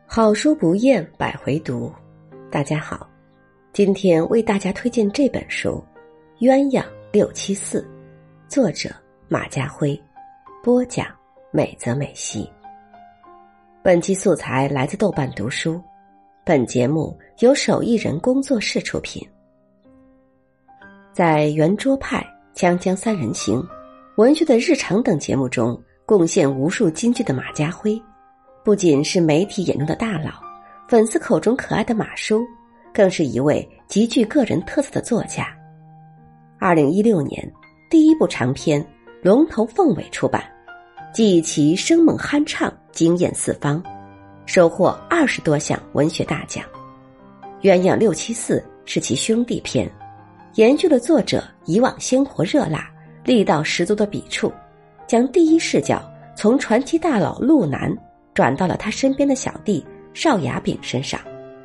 好书不厌百回读。大家好，今天为大家推荐这本书《鸳鸯674》，作者马家辉，播讲美则美西。本期素材来自豆瓣读书，本节目由手艺人工作室出品。在圆桌派、锵锵三人行、文学的日常等节目中贡献无数金句的马家辉，不仅是媒体眼中的大佬，粉丝口中可爱的马叔，更是一位极具个人特色的作家。2016年第一部长篇《龙头凤尾》出版，既以其生猛酣畅惊艳四方，收获20多项文学大奖。鸳鸯674是其兄弟篇，延续了作者以往鲜活热辣、力道十足的笔触，将第一视角从传奇大佬陆南转到了他身边的小弟邵雅炳身上。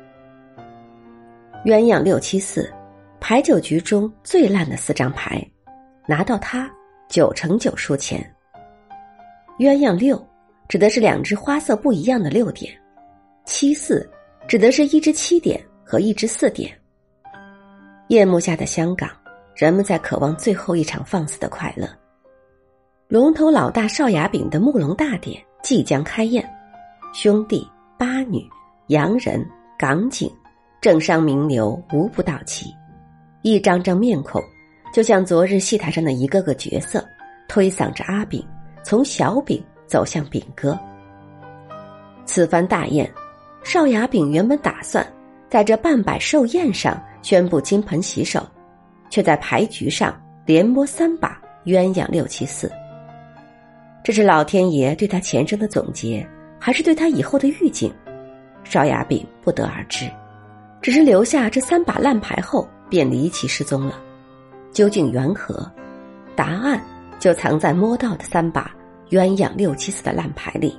鸳鸯674，牌九局中最烂的4张牌，拿到它9×9输钱。鸳鸯6指的是2只花色不一样的6点，74指的是1只7点和1只4点。夜幕下的香港，人们在渴望最后一场放肆的快乐。龙头老大邵雅炳的慕龙大典即将开宴，兄弟、八女、洋人、港警、政商名流无不到齐，一张张面孔就像昨日戏台上的一个个角色，推搡着阿炳从小炳走向炳哥。此番大宴，邵雅炳原本打算在这半百寿宴上宣布金盆洗手，却在牌局上连摸3把鸳鸯674。这是老天爷对他前生的总结，还是对他以后的预警？邵雅炳不得而知，只是留下这3把烂牌后便离奇失踪了。究竟缘何？答案就藏在摸到的3把鸳鸯674的烂牌里。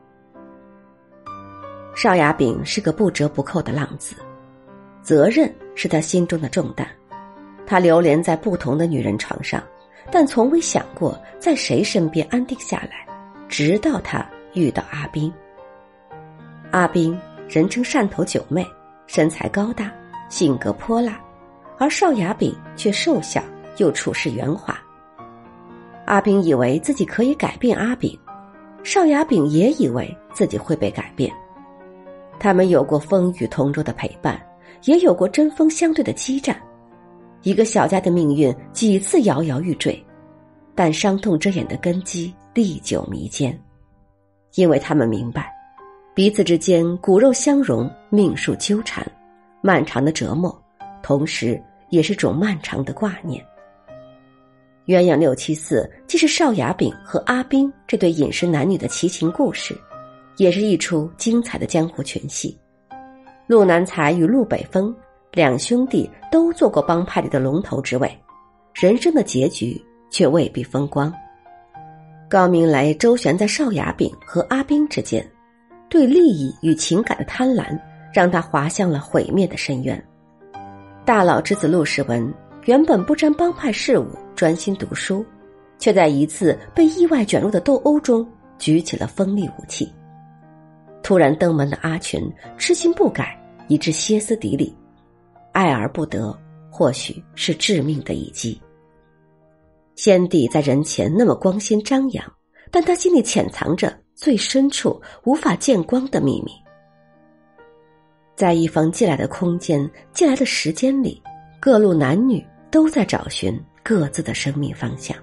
邵雅炳是个不折不扣的浪子，责任是他心中的重担。他流连在不同的女人床上，但从未想过在谁身边安定下来，直到他遇到阿斌。阿斌人称汕头九妹，身材高大，性格泼辣，而邵雅炳却瘦小又处事圆滑。阿斌以为自己可以改变阿炳，邵雅炳也以为自己会被改变。他们有过风雨同舟的陪伴，也有过针锋相对的激战。一个小家的命运几次摇摇欲坠，但伤痛遮掩的根基历久弥坚。因为他们明白，彼此之间骨肉相融，命数纠缠，漫长的折磨，同时也是种漫长的挂念。鸳鸯674既是邵雅炳和阿斌这对饮食男女的奇情故事，也是一出精彩的江湖群戏。陆南才与陆北风2兄弟都做过帮派里的龙头之位，人生的结局却未必风光。高明雷周旋在邵雅炳和阿斌之间，对利益与情感的贪婪让他滑向了毁灭的深渊。大佬之子陆世文原本不沾帮派事务，专心读书，却在一次被意外卷入的斗殴中举起了锋利武器。突然登门的阿群痴心不改，以致歇斯底里，爱而不得，或许是致命的一击。先帝在人前那么光鲜张扬，但他心里潜藏着最深处无法见光的秘密。在一方借来的空间、借来的时间里，各路男女都在找寻各自的生命方向。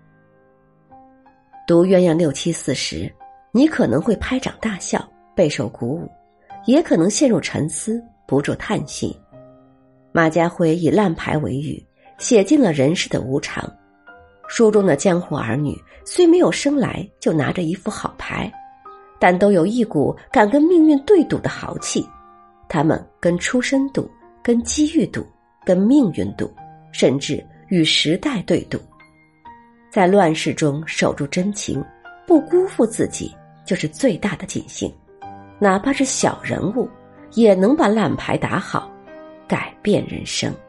读鸳鸯674时，你可能会拍掌大笑，备受鼓舞，也可能陷入沉思，不住叹息。马家辉以烂牌为喻，写尽了人世的无常。书中的江湖儿女虽没有生来就拿着一副好牌，但都有一股敢跟命运对赌的豪气。他们跟出身赌，跟机遇赌，跟命运赌，甚至与时代对赌。在乱世中守住真情，不辜负自己，就是最大的尽兴。哪怕是小人物，也能把烂牌打好，改变人生。